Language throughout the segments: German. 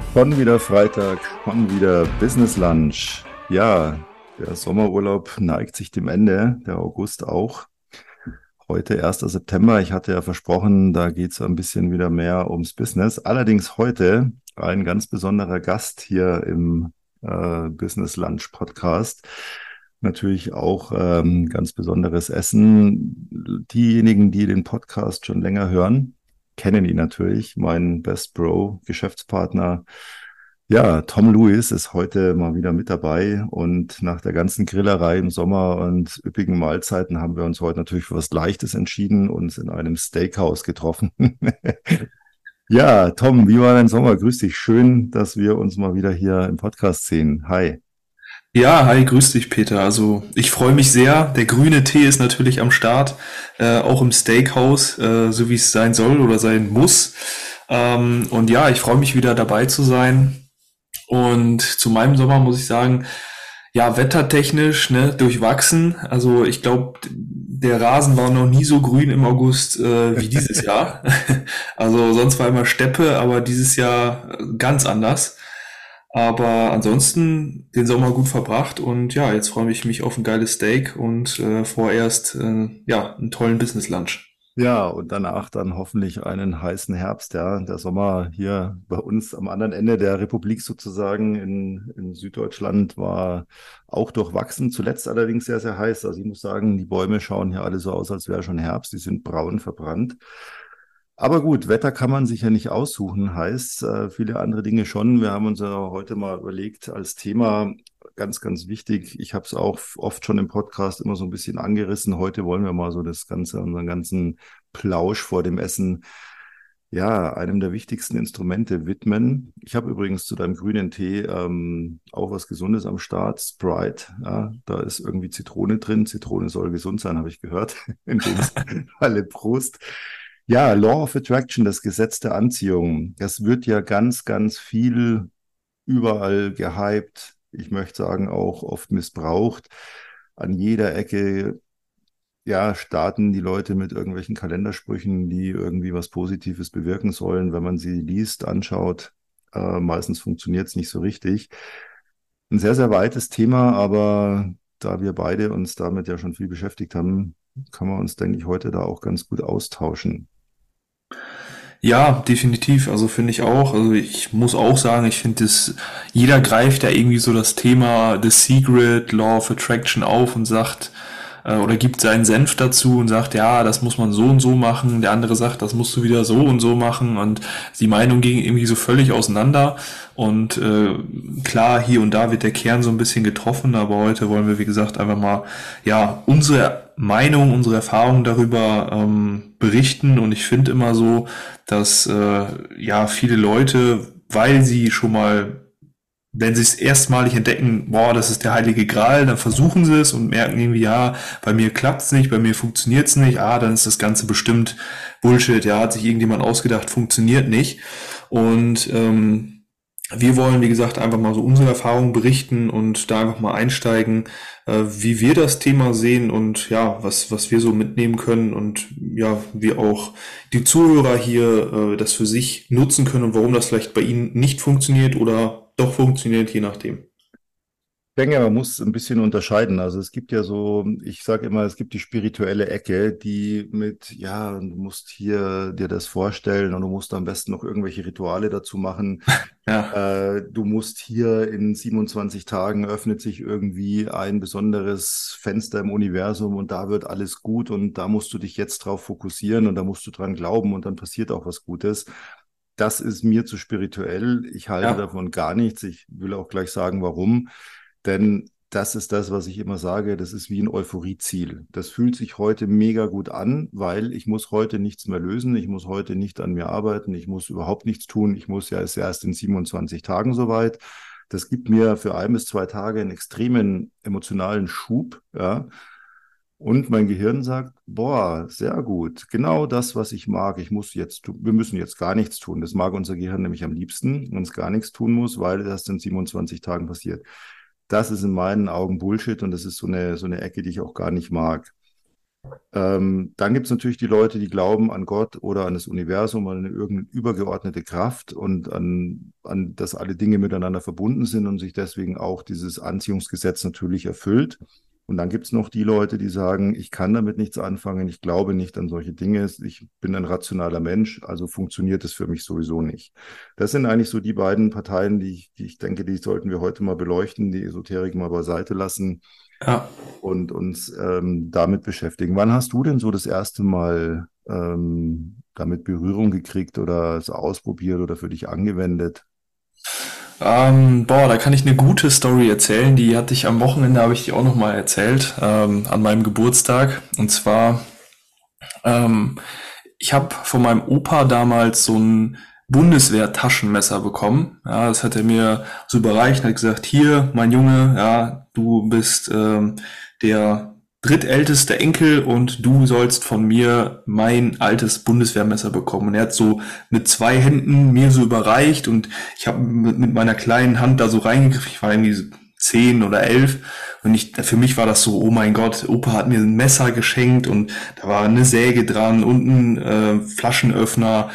Schon wieder Freitag, schon wieder Business Lunch. Ja, der Sommerurlaub neigt sich dem Ende, der August auch. Heute 1. September. Ich hatte ja versprochen, da geht es ein bisschen wieder mehr ums Business. Allerdings heute ein ganz besonderer Gast hier im Business Lunch Podcast. Natürlich auch ganz besonderes Essen. Diejenigen, die den Podcast schon länger hören, kennen ihn natürlich. Mein Best Bro, Geschäftspartner. Ja, Tom Lewis ist heute mal wieder mit dabei und nach der ganzen Grillerei im Sommer und üppigen Mahlzeiten haben wir uns heute natürlich für was Leichtes entschieden, uns in einem Steakhouse getroffen. Ja, Tom, wie war dein Sommer? Grüß dich. Schön, dass wir uns mal wieder hier im Podcast sehen. Hi. Ja, hi, grüß dich, Peter. Also ich freue mich sehr. Der grüne Tee ist natürlich am Start, auch im Steakhouse, so wie es sein soll oder sein muss. Und ja, ich freue mich wieder dabei zu sein. Und zu meinem Sommer muss ich sagen, ja, wettertechnisch, ne, durchwachsen. Also ich glaube, der Rasen war noch nie so grün im August wie dieses Jahr. Also sonst war immer Steppe, aber dieses Jahr ganz anders. Aber ansonsten den Sommer gut verbracht und ja, jetzt freue ich mich auf ein geiles Steak und vorerst ja, einen tollen Business Lunch. Ja, und danach dann hoffentlich einen heißen Herbst. Ja, der Sommer hier bei uns am anderen Ende der Republik sozusagen in Süddeutschland war auch durchwachsen. Zuletzt allerdings sehr, sehr heiß. Also ich muss sagen, die Bäume schauen hier alle so aus, als wäre schon Herbst. Die sind braun verbrannt. Aber gut, Wetter kann man sich ja nicht aussuchen, heißt viele andere Dinge schon. Wir haben uns ja heute mal überlegt als Thema, ganz, ganz wichtig. Ich habe es auch oft schon im Podcast immer so ein bisschen angerissen. Heute wollen wir mal so das Ganze, unseren ganzen Plausch vor dem Essen, ja, einem der wichtigsten Instrumente widmen. Ich habe übrigens zu deinem grünen Tee auch was Gesundes am Start. Sprite, ja, da ist irgendwie Zitrone drin. Zitrone soll gesund sein, habe ich gehört. In dem Falle Prost. Ja, Law of Attraction, das Gesetz der Anziehung, das wird ja ganz, ganz viel überall gehypt. Ich möchte sagen, auch oft missbraucht. An jeder Ecke, ja, starten die Leute mit irgendwelchen Kalendersprüchen, die irgendwie was Positives bewirken sollen. Wenn man sie liest, anschaut, meistens funktioniert es nicht so richtig. Ein sehr, sehr weites Thema, aber da wir beide uns damit ja schon viel beschäftigt haben, kann man uns, denke ich, heute da auch ganz gut austauschen. Ja, definitiv. Also finde ich auch. Also ich muss auch sagen, ich finde das, jeder greift ja irgendwie so das Thema The Secret, Law of Attraction auf und sagt, oder gibt seinen Senf dazu und sagt, ja, das muss man so und so machen. Der andere sagt, das musst du wieder so und so machen. Und die Meinung ging irgendwie so völlig auseinander. Und klar, hier und da wird der Kern so ein bisschen getroffen, aber heute wollen wir, wie gesagt, einfach mal ja unsere Meinung, unsere Erfahrung darüber berichten. Und ich finde immer so, dass ja viele Leute, weil sie schon mal, wenn sie es erstmalig entdecken, boah, das ist der heilige Gral, dann versuchen sie es und merken irgendwie, ja, bei mir klappt's nicht, bei mir funktioniert's nicht, dann ist das Ganze bestimmt Bullshit, ja, hat sich irgendjemand ausgedacht, funktioniert nicht. Und wir wollen, wie gesagt, einfach mal so unsere Erfahrungen berichten und da einfach mal einsteigen, wie wir das Thema sehen und ja, was wir so mitnehmen können und ja, wie auch die Zuhörer hier das für sich nutzen können und warum das vielleicht bei ihnen nicht funktioniert oder doch funktioniert, je nachdem. Ich denke, man muss ein bisschen unterscheiden. Also es gibt ja so, ich sage immer, es gibt die spirituelle Ecke, die mit, ja, du musst hier dir das vorstellen und du musst am besten noch irgendwelche Rituale dazu machen. Ja, Du musst hier in 27 Tagen öffnet sich irgendwie ein besonderes Fenster im Universum und da wird alles gut und da musst du dich jetzt drauf fokussieren und da musst du dran glauben und dann passiert auch was Gutes. Das ist mir zu spirituell. Ich halte ja, davon gar nichts. Ich will auch gleich sagen, warum. Denn das ist das, was ich immer sage, das ist wie ein Euphorieziel. Das fühlt sich heute mega gut an, weil ich muss heute nichts mehr lösen, ich muss heute nicht an mir arbeiten, ich muss überhaupt nichts tun, ich muss ja erst in 27 Tagen soweit. Das gibt mir für 1 bis 2 Tage einen extremen emotionalen Schub, ja. Und mein Gehirn sagt, boah, sehr gut, genau das, was ich mag. Wir müssen jetzt gar nichts tun. Das mag unser Gehirn nämlich am liebsten, wenn es gar nichts tun muss, weil das in 27 Tagen passiert. Das ist in meinen Augen Bullshit und das ist so eine Ecke, die ich auch gar nicht mag. Dann gibt es natürlich die Leute, die glauben an Gott oder an das Universum oder an eine irgendeine übergeordnete Kraft und an, dass alle Dinge miteinander verbunden sind und sich deswegen auch dieses Anziehungsgesetz natürlich erfüllt. Und dann gibt es noch die Leute, die sagen, ich kann damit nichts anfangen, ich glaube nicht an solche Dinge, ich bin ein rationaler Mensch, also funktioniert es für mich sowieso nicht. Das sind eigentlich so die beiden Parteien, die ich denke, die sollten wir heute mal beleuchten, die Esoterik mal beiseite lassen Ja. und uns damit beschäftigen. Wann hast du denn so das erste Mal damit Berührung gekriegt oder es ausprobiert oder für dich angewendet? Boah, da kann ich eine gute Story erzählen. Die hatte ich am Wochenende, habe ich die auch noch mal erzählt, an meinem Geburtstag. Und zwar, ähm, ich habe von meinem Opa damals so ein Bundeswehr-Taschenmesser bekommen. Ja, das hat er mir so überreicht und hat gesagt, hier, mein Junge, ja, du bist der drittälteste Enkel und du sollst von mir mein altes Bundeswehrmesser bekommen. Und er hat so mit zwei Händen mir so überreicht und ich habe mit meiner kleinen Hand da so reingegriffen. Ich war irgendwie so 10 oder 11 und für mich war das so, oh mein Gott, Opa hat mir ein Messer geschenkt und da war eine Säge dran und ein Flaschenöffner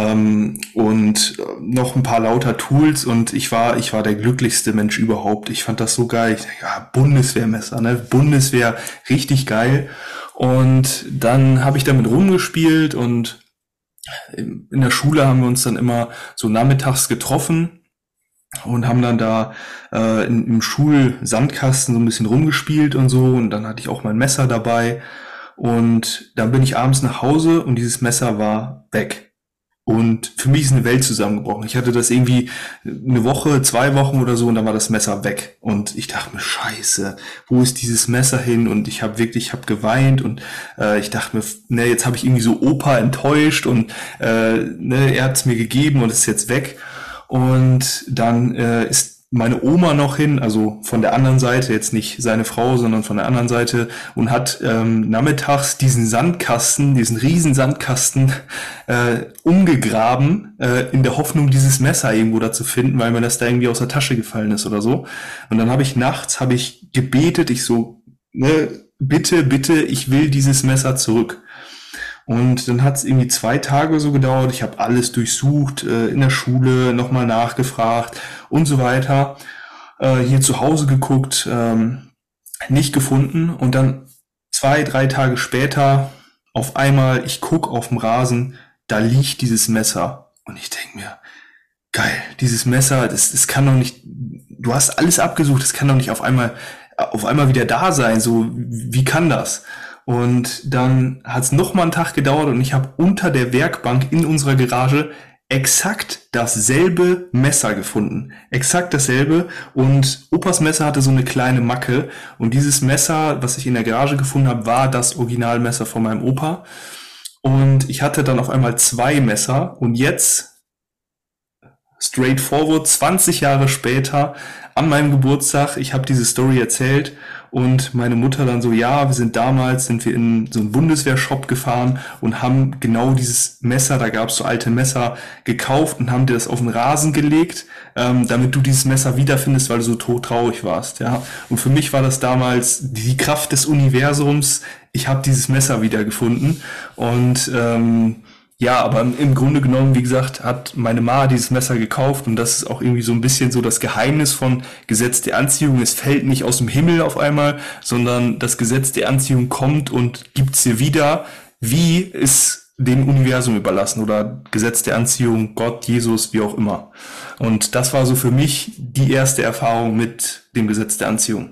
und noch ein paar lauter Tools und ich war der glücklichste Mensch überhaupt. Ich fand das so geil. Ich dachte, ja, Bundeswehrmesser, ne? Bundeswehr, richtig geil. Und dann habe ich damit rumgespielt und in der Schule haben wir uns dann immer so nachmittags getroffen und haben dann da im Schulsandkasten so ein bisschen rumgespielt und so. Und dann hatte ich auch mein Messer dabei. Und dann bin ich abends nach Hause und dieses Messer war weg. Und für mich ist eine Welt zusammengebrochen. Ich hatte das irgendwie eine Woche, 2 Wochen oder so und dann war das Messer weg. Und ich dachte mir, Scheiße, wo ist dieses Messer hin? Und ich habe geweint und ich dachte mir, ne, jetzt habe ich irgendwie so Opa enttäuscht und ne, er hat es mir gegeben und es ist jetzt weg. Und dann ist meine Oma noch hin, also von der anderen Seite, jetzt nicht seine Frau, sondern von der anderen Seite und hat nachmittags diesen Sandkasten, diesen riesen Sandkasten umgegraben, in der Hoffnung, dieses Messer irgendwo da zu finden, weil mir das da irgendwie aus der Tasche gefallen ist oder so. Und dann habe ich nachts, habe ich gebetet, ich so, ne, bitte, bitte, ich will dieses Messer zurück. Und dann hat es irgendwie 2 Tage so gedauert. Ich habe alles durchsucht, in der Schule nochmal nachgefragt und so weiter. Hier zu Hause geguckt, nicht gefunden. Und dann 2, 3 Tage später, auf einmal, ich guck auf dem Rasen, da liegt dieses Messer. Und ich denk mir, geil, dieses Messer, das kann doch nicht, du hast alles abgesucht, das kann doch nicht auf einmal wieder da sein. So, wie kann das? Und dann hat es noch mal einen Tag gedauert und ich habe unter der Werkbank in unserer Garage exakt dasselbe Messer gefunden. Exakt dasselbe. Und Opas Messer hatte so eine kleine Macke. Und dieses Messer, was ich in der Garage gefunden habe, war das Originalmesser von meinem Opa. Und ich hatte dann auf einmal zwei Messer. Und jetzt, straightforward, 20 Jahre später, an meinem Geburtstag, ich habe diese Story erzählt und meine Mutter dann so, ja, sind wir in so einen Bundeswehrshop gefahren und haben genau dieses Messer, da gab es so alte Messer, gekauft und haben dir das auf den Rasen gelegt, damit du dieses Messer wiederfindest, weil du so todtraurig warst, ja. Und für mich war das damals die Kraft des Universums, ich habe dieses Messer wiedergefunden und ja, aber im Grunde genommen, wie gesagt, hat meine Ma dieses Messer gekauft und das ist auch irgendwie so ein bisschen so das Geheimnis von Gesetz der Anziehung. Es fällt nicht aus dem Himmel auf einmal, sondern das Gesetz der Anziehung kommt und gibt's dir wieder, wie ist dem Universum überlassen oder Gesetz der Anziehung, Gott, Jesus, wie auch immer. Und das war so für mich die erste Erfahrung mit dem Gesetz der Anziehung.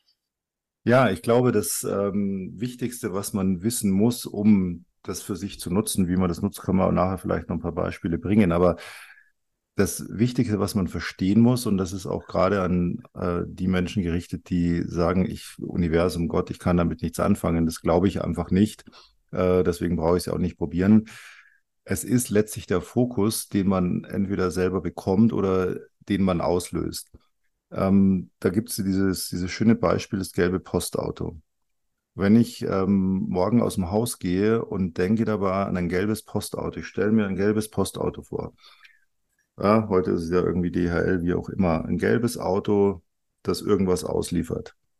Ja, ich glaube, das Wichtigste, was man wissen muss, um das für sich zu nutzen, wie man das nutzt, kann man nachher vielleicht noch ein paar Beispiele bringen. Aber das Wichtigste, was man verstehen muss, und das ist auch gerade an die Menschen gerichtet, die sagen, ich, Universum, Gott, ich kann damit nichts anfangen, das glaube ich einfach nicht. Deswegen brauche ich es ja auch nicht probieren. Es ist letztlich der Fokus, den man entweder selber bekommt oder den man auslöst. Da gibt es dieses schöne Beispiel, das gelbe Postauto. Wenn ich morgen aus dem Haus gehe und denke dabei an ein gelbes Postauto, ich stelle mir ein gelbes Postauto vor. Ja, heute ist es ja irgendwie DHL, wie auch immer. Ein gelbes Auto, das irgendwas ausliefert.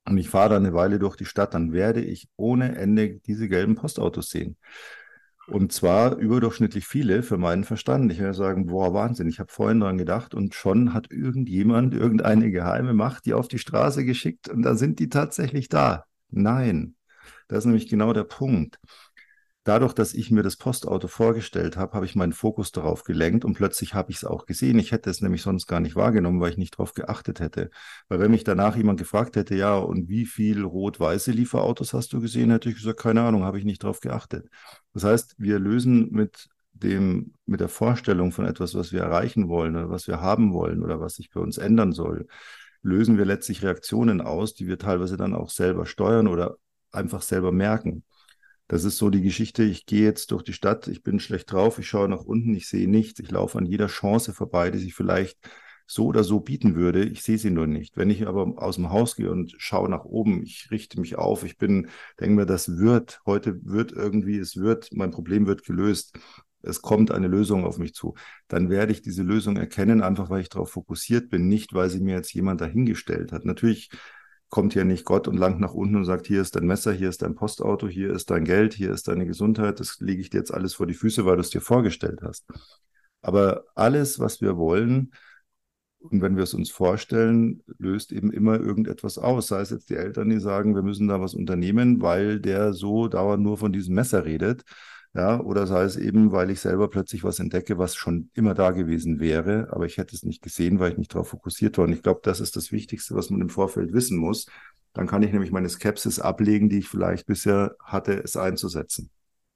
und ich fahre da eine Weile durch die Stadt, dann werde ich ohne Ende diese gelben Postautos sehen. Und zwar überdurchschnittlich viele für meinen Verstand. Ich werde sagen, boah, Wahnsinn, ich habe vorhin dran gedacht und schon hat irgendjemand irgendeine geheime Macht die auf die Straße geschickt und da sind die tatsächlich da. Nein, das ist nämlich genau der Punkt. Dadurch, dass ich mir das Postauto vorgestellt habe, habe ich meinen Fokus darauf gelenkt und plötzlich habe ich es auch gesehen. Ich hätte es nämlich sonst gar nicht wahrgenommen, weil ich nicht darauf geachtet hätte. Weil wenn mich danach jemand gefragt hätte, ja, und wie viel rot-weiße Lieferautos hast du gesehen, hätte ich gesagt, keine Ahnung, habe ich nicht darauf geachtet. Das heißt, wir lösen mit der Vorstellung von etwas, was wir erreichen wollen oder was wir haben wollen oder was sich bei uns ändern soll, lösen wir letztlich Reaktionen aus, die wir teilweise dann auch selber steuern oder einfach selber merken. Das ist so die Geschichte, ich gehe jetzt durch die Stadt, ich bin schlecht drauf, ich schaue nach unten, ich sehe nichts, ich laufe an jeder Chance vorbei, die sich vielleicht so oder so bieten würde, ich sehe sie nur nicht. Wenn ich aber aus dem Haus gehe und schaue nach oben, ich richte mich auf, denke mir, heute wird irgendwie, mein Problem wird gelöst, es kommt eine Lösung auf mich zu, dann werde ich diese Lösung erkennen, einfach weil ich darauf fokussiert bin, nicht weil sie mir jetzt jemand dahingestellt hat. Natürlich kommt hier nicht Gott und langt nach unten und sagt, hier ist dein Messer, hier ist dein Postauto, hier ist dein Geld, hier ist deine Gesundheit, das lege ich dir jetzt alles vor die Füße, weil du es dir vorgestellt hast. Aber alles, was wir wollen, und wenn wir es uns vorstellen, löst eben immer irgendetwas aus. Sei es jetzt die Eltern, die sagen, wir müssen da was unternehmen, weil der so dauernd nur von diesem Messer redet. Ja, oder sei es eben, weil ich selber plötzlich was entdecke, was schon immer da gewesen wäre, aber ich hätte es nicht gesehen, weil ich nicht darauf fokussiert war. Und ich glaube, das ist das Wichtigste, was man im Vorfeld wissen muss. Dann kann ich nämlich meine Skepsis ablegen, die ich vielleicht bisher hatte, es einzusetzen.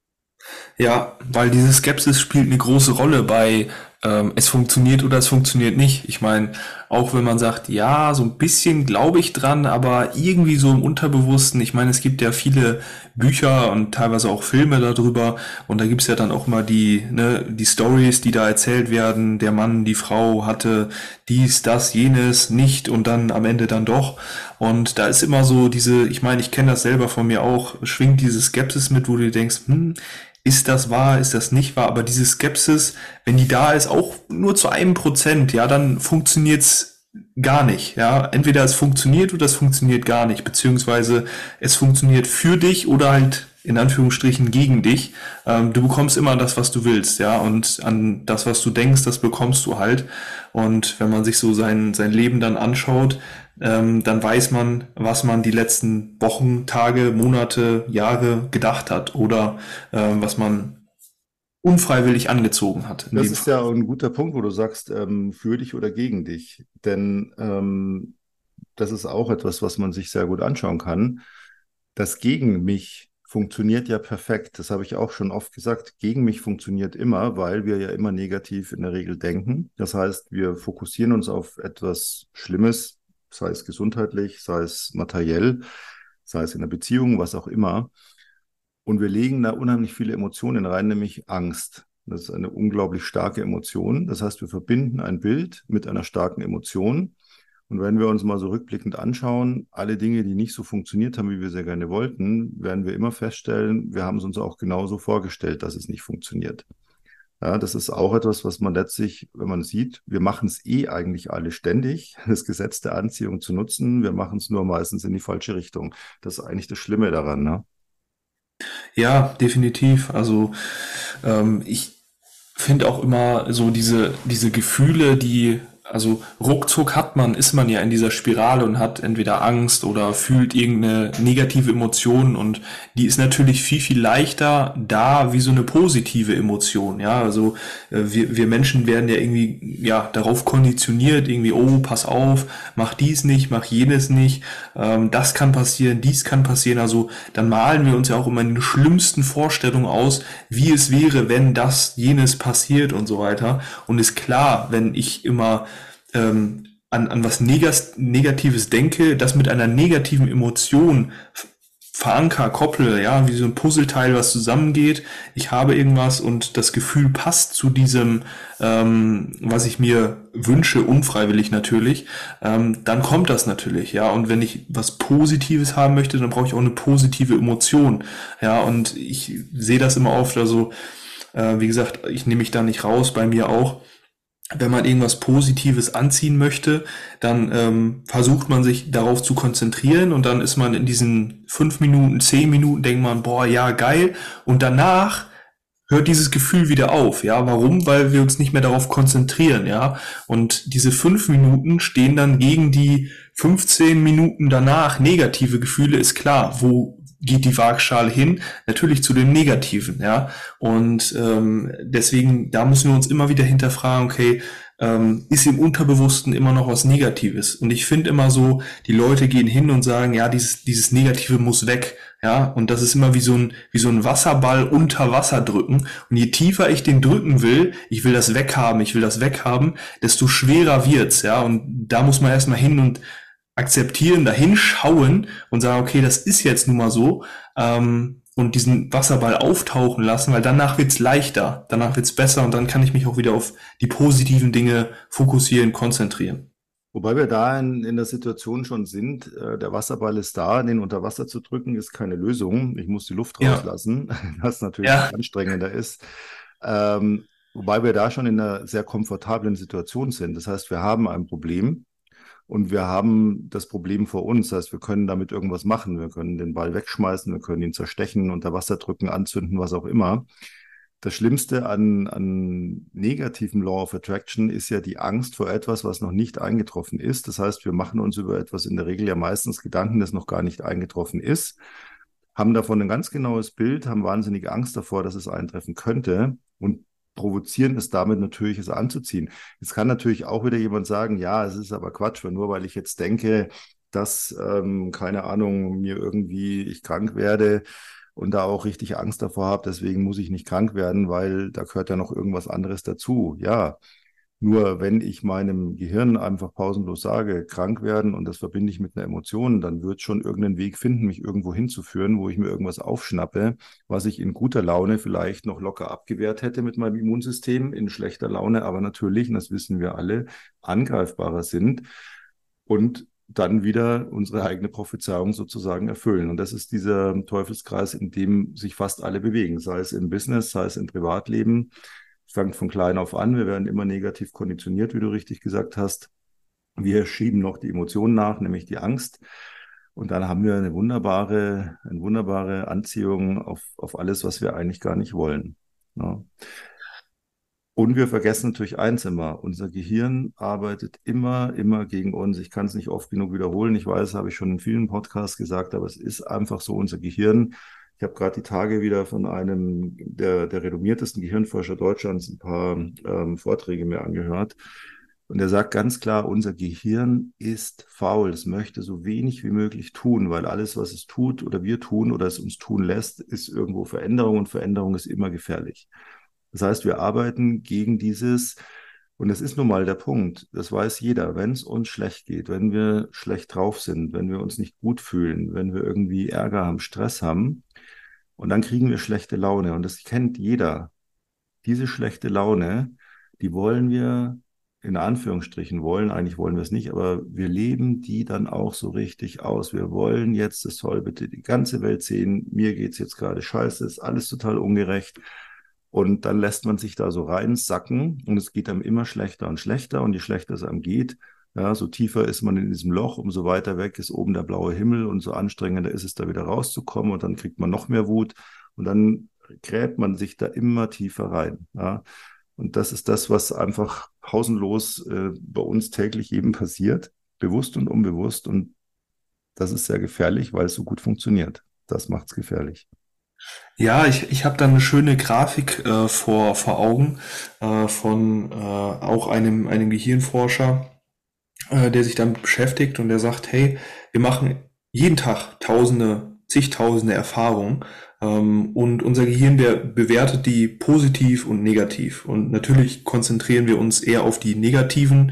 Ja, weil diese Skepsis spielt eine große Rolle bei es funktioniert oder es funktioniert nicht. Ich meine, auch wenn man sagt, ja, so ein bisschen glaube ich dran, aber irgendwie so im Unterbewussten, ich meine, es gibt ja viele Bücher und teilweise auch Filme darüber und da gibt's ja dann auch mal die Stories, die da erzählt werden, der Mann, die Frau hatte dies, das, jenes, nicht und dann am Ende dann doch. Und da ist immer so ich meine, ich kenne das selber von mir auch, schwingt diese Skepsis mit, wo du dir denkst, ist das wahr, ist das nicht wahr? Aber diese Skepsis, wenn die da ist, auch nur zu 1%, ja, dann funktioniert's gar nicht. Ja, entweder es funktioniert oder es funktioniert gar nicht, beziehungsweise es funktioniert für dich oder halt in Anführungsstrichen gegen dich. Du bekommst immer das, was du willst, ja, und an das, was du denkst, das bekommst du halt. Und wenn man sich so sein Leben dann anschaut, dann weiß man, was man die letzten Wochen, Tage, Monate, Jahre gedacht hat oder was man unfreiwillig angezogen hat in Das dem ist Fall. ja ein guter Punkt, wo du sagst, für dich oder gegen dich. Denn das ist auch etwas, was man sich sehr gut anschauen kann. Das gegen mich funktioniert ja perfekt. Das habe ich auch schon oft gesagt. Gegen mich funktioniert immer, weil wir ja immer negativ in der Regel denken. Das heißt, wir fokussieren uns auf etwas Schlimmes, sei es gesundheitlich, sei es materiell, sei es in der Beziehung, was auch immer. Und wir legen da unheimlich viele Emotionen rein, nämlich Angst. Das ist eine unglaublich starke Emotion. Das heißt, wir verbinden ein Bild mit einer starken Emotion. Und wenn wir uns mal so rückblickend anschauen, alle Dinge, die nicht so funktioniert haben, wie wir sehr gerne wollten, werden wir immer feststellen, wir haben es uns auch genauso vorgestellt, dass es nicht funktioniert. Ja, das ist auch etwas, was man letztlich, wenn man sieht, wir machen es eigentlich alle ständig, das Gesetz der Anziehung zu nutzen. Wir machen es nur meistens in die falsche Richtung. Das ist eigentlich das Schlimme daran, ne? Ja, definitiv. Also ich finde auch immer so diese Gefühle, also ruckzuck ist man ja in dieser Spirale und hat entweder Angst oder fühlt irgendeine negative Emotion und die ist natürlich viel, viel leichter da wie so eine positive Emotion, ja, also wir Menschen werden ja irgendwie, ja, darauf konditioniert, irgendwie, oh, pass auf, mach dies nicht, mach jenes nicht, das kann passieren, dies kann passieren, also dann malen wir uns ja auch immer in den schlimmsten Vorstellungen aus, wie es wäre, wenn das, jenes passiert und so weiter und ist klar, wenn ich immer an was Negatives denke, das mit einer negativen Emotion koppel, ja, wie so ein Puzzleteil, was zusammengeht. Ich habe irgendwas und das Gefühl passt zu diesem, was ich mir wünsche, unfreiwillig natürlich, dann kommt das natürlich, ja. Und wenn ich was Positives haben möchte, dann brauche ich auch eine positive Emotion, ja. Und ich sehe das immer oft, also wie gesagt, ich nehme mich da nicht raus, bei mir auch. wenn man irgendwas Positives anziehen möchte, dann versucht man sich darauf zu konzentrieren und dann ist man in diesen 5 Minuten, 10 Minuten, denkt man, boah, ja, geil. Und danach hört dieses Gefühl wieder auf. Ja, warum? Weil wir uns nicht mehr darauf konzentrieren. Ja, und diese 5 Minuten stehen dann gegen die 15 Minuten danach negative Gefühle. Ist klar, wo geht die Waagschale hin? Natürlich zu dem Negativen. Ja, und deswegen, da müssen wir uns immer wieder hinterfragen, okay, ist im Unterbewussten immer noch was Negatives? Und ich finde immer so, die Leute gehen hin und sagen, ja, dieses Negative muss weg. Ja, und das ist immer wie so ein Wasserball unter Wasser drücken. Und je tiefer ich den drücken will, ich will das weghaben, desto schwerer wird's, ja. Und da muss man erstmal hin und akzeptieren, dahin schauen und sagen, okay, das ist jetzt nun mal so, und diesen Wasserball auftauchen lassen, weil danach wird's leichter, danach wird's besser und dann kann ich mich auch wieder auf die positiven Dinge fokussieren, konzentrieren. Wobei wir da in der Situation schon sind, der Wasserball ist da, den unter Wasser zu drücken, ist keine Lösung. Ich muss die Luft Ja, rauslassen, was natürlich ja, viel anstrengender ist. Wobei wir da schon in einer sehr komfortablen Situation sind. Das heißt, wir haben ein Problem und wir haben das Problem vor uns. Das heißt, wir können damit irgendwas machen. Wir können den Ball wegschmeißen, wir können ihn zerstechen, unter Wasser drücken, anzünden, was auch immer. Das Schlimmste an negativem Law of Attraction ist ja die Angst vor etwas, was noch nicht eingetroffen ist. Das heißt, wir machen uns über etwas in der Regel ja meistens Gedanken, das noch gar nicht eingetroffen ist, haben davon ein ganz genaues Bild, haben wahnsinnige Angst davor, dass es eintreffen könnte und provozieren es damit natürlich, es anzuziehen. Jetzt kann natürlich auch wieder jemand sagen, ja, es ist aber Quatsch, weil nur weil ich jetzt denke, dass, keine Ahnung, mir irgendwie ich krank werde, und da auch richtig Angst davor habe, deswegen muss ich nicht krank werden, weil da gehört ja noch irgendwas anderes dazu. Ja, nur wenn ich meinem Gehirn einfach pausenlos sage, krank werden und das verbinde ich mit einer Emotion, dann wird schon irgendeinen Weg finden, mich irgendwo hinzuführen, wo ich mir irgendwas aufschnappe, was ich in guter Laune vielleicht noch locker abgewehrt hätte mit meinem Immunsystem, in schlechter Laune, aber natürlich, und das wissen wir alle, angreifbarer sind. Und dann wieder unsere eigene Prophezeiung sozusagen erfüllen. Und das ist dieser Teufelskreis, in dem sich fast alle bewegen, sei es im Business, sei es im Privatleben. Es fängt von klein auf an. Wir werden immer negativ konditioniert, wie du richtig gesagt hast. Wir schieben noch die Emotionen nach, nämlich die Angst. Und dann haben wir eine wunderbare Anziehung auf alles, was wir eigentlich gar nicht wollen. Ja. Und wir vergessen natürlich eins immer, unser Gehirn arbeitet immer gegen uns. Ich kann es nicht oft genug wiederholen. Ich weiß, habe ich schon in vielen Podcasts gesagt, aber es ist einfach so, unser Gehirn. Ich habe gerade die Tage wieder von einem der renommiertesten Gehirnforscher Deutschlands ein paar Vorträge mir angehört. Und er sagt ganz klar, unser Gehirn ist faul. Es möchte so wenig wie möglich tun, weil alles, was es tut oder wir tun oder es uns tun lässt, ist irgendwo Veränderung und Veränderung ist immer gefährlich. Das heißt, wir arbeiten gegen dieses, und das ist nun mal der Punkt, das weiß jeder, wenn es uns schlecht geht, wenn wir schlecht drauf sind, wenn wir uns nicht gut fühlen, wenn wir irgendwie Ärger haben, Stress haben, und dann kriegen wir schlechte Laune. Und das kennt jeder. Diese schlechte Laune, die wollen wir, in Anführungsstrichen wollen, eigentlich wollen wir es nicht, aber wir leben die dann auch so richtig aus. Wir wollen jetzt, es soll bitte die ganze Welt sehen, mir geht's jetzt gerade scheiße, ist alles total ungerecht. Und dann lässt man sich da so reinsacken und es geht einem immer schlechter und schlechter. Und je schlechter es einem geht, ja, so tiefer ist man in diesem Loch, umso weiter weg ist oben der blaue Himmel und so anstrengender ist es, da wieder rauszukommen. Und dann kriegt man noch mehr Wut und dann gräbt man sich da immer tiefer rein. Ja. Und das ist das, was einfach pausenlos bei uns täglich eben passiert, bewusst und unbewusst. Und das ist sehr gefährlich, weil es so gut funktioniert. Das macht es gefährlich. ja, ich habe da eine schöne Grafik vor Augen von auch einem Gehirnforscher, der sich damit beschäftigt und der sagt, hey, wir machen jeden Tag Tausende, zigtausende Erfahrungen und unser Gehirn, der bewertet die positiv und negativ. Und natürlich konzentrieren wir uns eher auf die negativen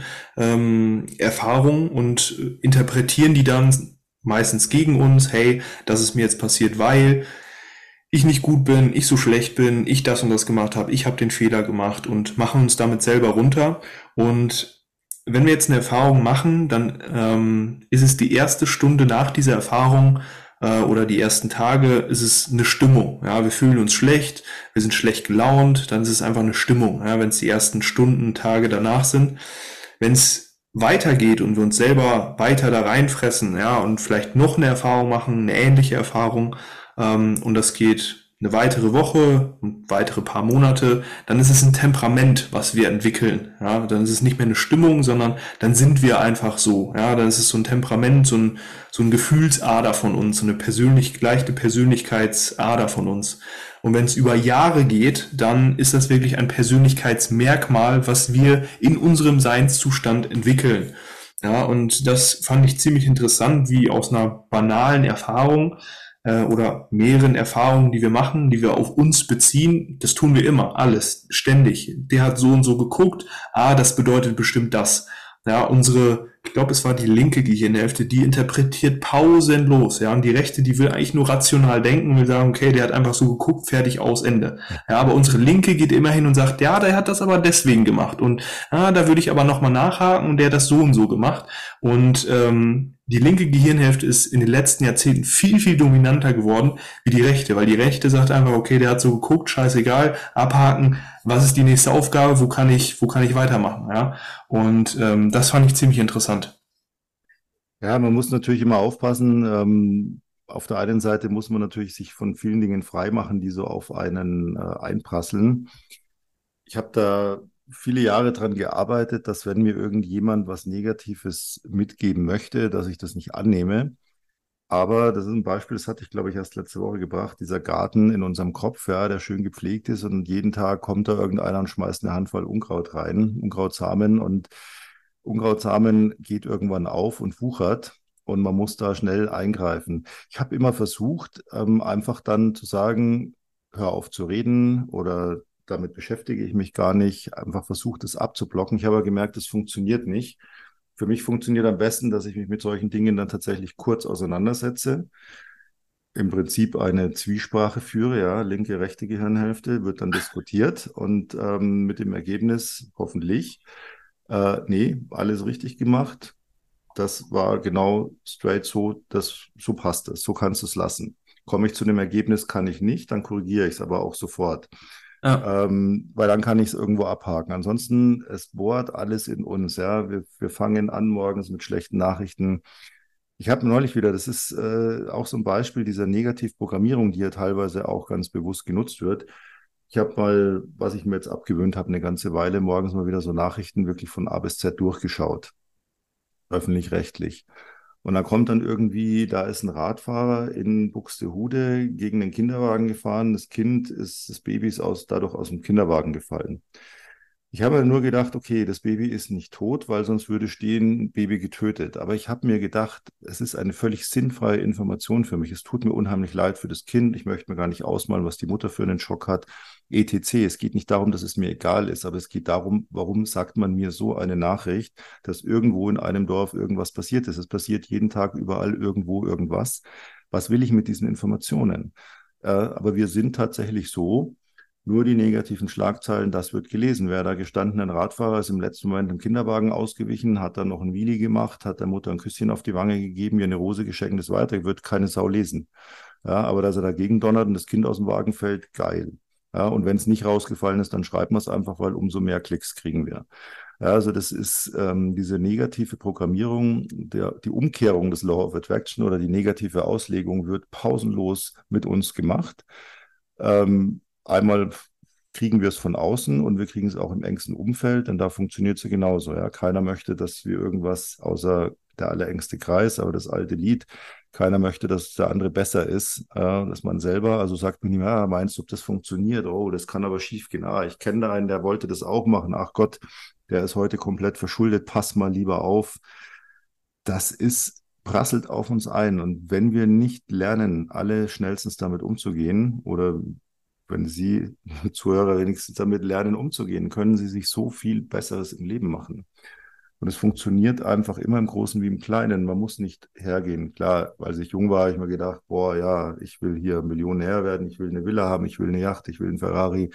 Erfahrungen und interpretieren die dann meistens gegen uns. Hey, das ist mir jetzt passiert, weil ich nicht gut bin, ich so schlecht bin, ich das und das gemacht habe, ich habe den Fehler gemacht und machen uns damit selber runter. Und wenn wir jetzt eine Erfahrung machen, dann ist es die erste Stunde nach dieser Erfahrung, oder die ersten Tage ist es eine Stimmung. Ja, wir fühlen uns schlecht, wir sind schlecht gelaunt, dann ist es einfach eine Stimmung. Ja, wenn es die ersten Stunden, Tage danach sind. Wenn es weitergeht und wir uns selber weiter da reinfressen, ja, und vielleicht noch eine Erfahrung machen, eine ähnliche Erfahrung, und das geht eine weitere Woche und weitere paar Monate, dann ist es ein Temperament, was wir entwickeln. Ja, dann ist es nicht mehr eine Stimmung, sondern dann sind wir einfach so. Ja, dann ist es so ein Temperament, so ein Gefühlsader von uns, so eine leichte Persönlichkeitsader von uns. Und wenn es über Jahre geht, dann ist das wirklich ein Persönlichkeitsmerkmal, was wir in unserem Seinszustand entwickeln. Ja, und das fand ich ziemlich interessant, wie aus einer banalen Erfahrung oder mehreren Erfahrungen, die wir machen, die wir auf uns beziehen, das tun wir immer, alles, ständig. Der hat so und so geguckt, das bedeutet bestimmt das. Ja, ich glaube, es war die linke Gehirnhälfte, die interpretiert pausenlos, ja, und die rechte, die will eigentlich nur rational denken, will sagen, okay, der hat einfach so geguckt, fertig, aus, Ende. Ja, aber unsere linke geht immer hin und sagt, ja, der hat das aber deswegen gemacht und da würde ich aber nochmal nachhaken und der hat das so und so gemacht und die linke Gehirnhälfte ist in den letzten Jahrzehnten viel, viel dominanter geworden wie die rechte, weil die rechte sagt einfach, okay, der hat so geguckt, scheißegal, abhaken, was ist die nächste Aufgabe, wo kann ich weitermachen, ja. Und das fand ich ziemlich interessant. Ja, man muss natürlich immer aufpassen. Auf der einen Seite muss man natürlich sich von vielen Dingen freimachen, die so auf einen einprasseln. Ich habe da viele Jahre dran gearbeitet, dass wenn mir irgendjemand was Negatives mitgeben möchte, dass ich das nicht annehme. Aber das ist ein Beispiel, das hatte ich, glaube ich, erst letzte Woche gebracht. Dieser Garten in unserem Kopf, ja, der schön gepflegt ist und jeden Tag kommt da irgendeiner und schmeißt eine Handvoll Unkraut rein, Unkrautsamen und Unkrautsamen geht irgendwann auf und wuchert und man muss da schnell eingreifen. Ich habe immer versucht, einfach dann zu sagen, hör auf zu reden oder damit beschäftige ich mich gar nicht, einfach versucht, es abzublocken. Ich habe aber gemerkt, es funktioniert nicht. Für mich funktioniert am besten, dass ich mich mit solchen Dingen dann tatsächlich kurz auseinandersetze, im Prinzip eine Zwiesprache führe, ja, linke, rechte Gehirnhälfte wird dann diskutiert und mit dem Ergebnis hoffentlich, nee, alles richtig gemacht. Das war genau straight so, so passt es, so kannst du es lassen. Komme ich zu dem Ergebnis, kann ich nicht, dann korrigiere ich es aber auch sofort. Ja, Weil dann kann ich es irgendwo abhaken. Ansonsten, es bohrt alles in uns. Ja, wir fangen an morgens mit schlechten Nachrichten. Ich habe neulich wieder, das ist auch so ein Beispiel dieser Negativprogrammierung, die ja teilweise auch ganz bewusst genutzt wird. Ich habe mal, was ich mir jetzt abgewöhnt habe, eine ganze Weile morgens mal wieder so Nachrichten wirklich von A bis Z durchgeschaut, öffentlich-rechtlich. Und dann kommt dann irgendwie, da ist ein Radfahrer in Buxtehude gegen den Kinderwagen gefahren. Das Baby ist dadurch aus dem Kinderwagen gefallen. Ich habe nur gedacht, okay, das Baby ist nicht tot, weil sonst würde stehen, Baby getötet. Aber ich habe mir gedacht, es ist eine völlig sinnfreie Information für mich. Es tut mir unheimlich leid für das Kind. Ich möchte mir gar nicht ausmalen, was die Mutter für einen Schock hat. etc. Es geht nicht darum, dass es mir egal ist, aber es geht darum, warum sagt man mir so eine Nachricht, dass irgendwo in einem Dorf irgendwas passiert ist. Es passiert jeden Tag überall irgendwo irgendwas. Was will ich mit diesen Informationen? Aber wir sind tatsächlich so, nur die negativen Schlagzeilen, das wird gelesen. Wer da gestanden, ein Radfahrer, ist im letzten Moment im Kinderwagen ausgewichen, hat dann noch ein Wheelie gemacht, hat der Mutter ein Küsschen auf die Wange gegeben, ihr eine Rose geschenkt, ist weiter, wird keine Sau lesen. Ja, aber dass er dagegen donnert und das Kind aus dem Wagen fällt, geil. Ja, und wenn es nicht rausgefallen ist, dann schreiben wir es einfach, weil umso mehr Klicks kriegen wir. Ja, also das ist diese negative Programmierung, die Umkehrung des Law of Attraction oder die negative Auslegung wird pausenlos mit uns gemacht. Einmal kriegen wir es von außen und wir kriegen es auch im engsten Umfeld, denn da funktioniert es ja genauso. Ja? Keiner möchte, dass wir irgendwas, außer der allerengste Kreis, aber das alte Lied, keiner möchte, dass der andere besser ist, dass man selber, also sagt man ihm, ja, meinst du, ob das funktioniert? Oh, das kann aber schief gehen. Ich kenne da einen, der wollte das auch machen. Ach Gott, der ist heute komplett verschuldet, pass mal lieber auf. Prasselt auf uns ein. Und wenn wir nicht lernen, alle schnellstens damit umzugehen oder wenn Sie, Zuhörer, wenigstens damit lernen, umzugehen, können Sie sich so viel Besseres im Leben machen. Und es funktioniert einfach immer im Großen wie im Kleinen. Man muss nicht hergehen. Klar, als ich jung war, habe ich mir gedacht, boah, ja, ich will hier Millionär werden, ich will eine Villa haben, ich will eine Yacht, ich will einen Ferrari.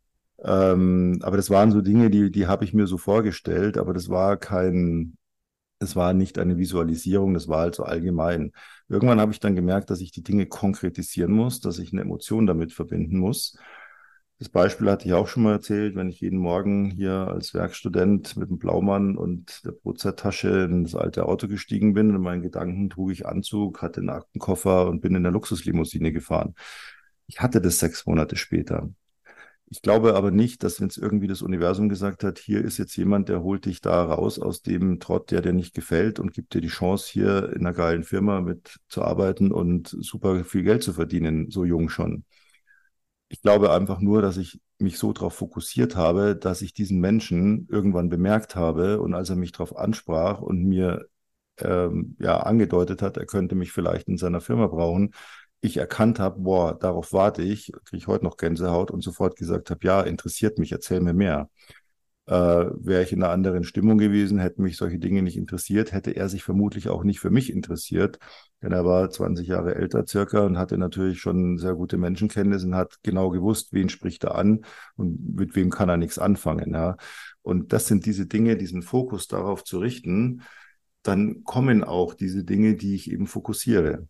Aber das waren so Dinge, die habe ich mir so vorgestellt, aber das war Es war nicht eine Visualisierung, das war halt so allgemein. Irgendwann habe ich dann gemerkt, dass ich die Dinge konkretisieren muss, dass ich eine Emotion damit verbinden muss. Das Beispiel hatte ich auch schon mal erzählt, wenn ich jeden Morgen hier als Werkstudent mit dem Blaumann und der Brotzeittasche in das alte Auto gestiegen bin. Und in meinen Gedanken trug ich Anzug, hatte einen Aktenkoffer und bin in der Luxuslimousine gefahren. Ich hatte das 6 Monate später. Ich glaube aber nicht, dass wenn es irgendwie das Universum gesagt hat, hier ist jetzt jemand, der holt dich da raus aus dem Trott, der dir nicht gefällt und gibt dir die Chance, hier in einer geilen Firma mit zu arbeiten und super viel Geld zu verdienen, so jung schon. Ich glaube einfach nur, dass ich mich so darauf fokussiert habe, dass ich diesen Menschen irgendwann bemerkt habe und als er mich darauf ansprach und mir ja angedeutet hat, er könnte mich vielleicht in seiner Firma brauchen, ich erkannt habe, boah, darauf warte ich, kriege ich heute noch Gänsehaut und sofort gesagt habe, ja, interessiert mich, erzähl mir mehr. Wäre ich in einer anderen Stimmung gewesen, hätten mich solche Dinge nicht interessiert, hätte er sich vermutlich auch nicht für mich interessiert, denn er war 20 Jahre älter circa und hatte natürlich schon sehr gute Menschenkenntnis und hat genau gewusst, wen spricht er an und mit wem kann er nichts anfangen. Ja. Und das sind diese Dinge, diesen Fokus darauf zu richten, dann kommen auch diese Dinge, die ich eben fokussiere.